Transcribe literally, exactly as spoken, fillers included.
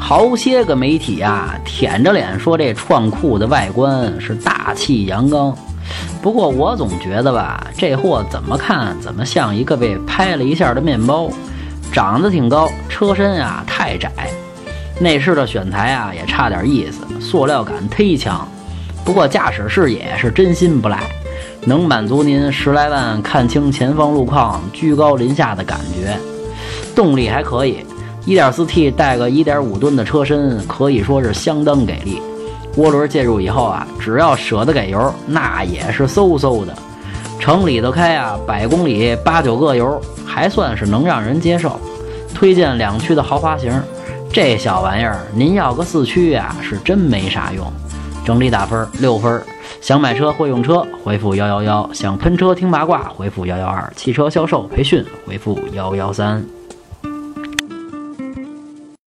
好些个媒体啊，舔着脸说这创酷的外观是大气阳刚。不过我总觉得吧，这货怎么看怎么像一个被拍了一下的面包，长得挺高，车身啊太窄，内饰的选材啊也差点意思，塑料感忒强。不过驾驶视野是真心不赖，能满足您十来万看清前方路况、居高临下的感觉。动力还可以， 一点四 T 带个 一点五 吨的车身，可以说是相当给力。涡轮介入以后啊，只要舍得给油，那也是嗖嗖的。城里头开啊，百公里八九个油，还算是能让人接受。推荐两驱的豪华型，这小玩意儿您要个四驱啊，是真没啥用。整体打分六分。想买车会用车，回复幺幺幺；想喷车听八卦，回复幺幺二；汽车销售培训，回复幺幺三。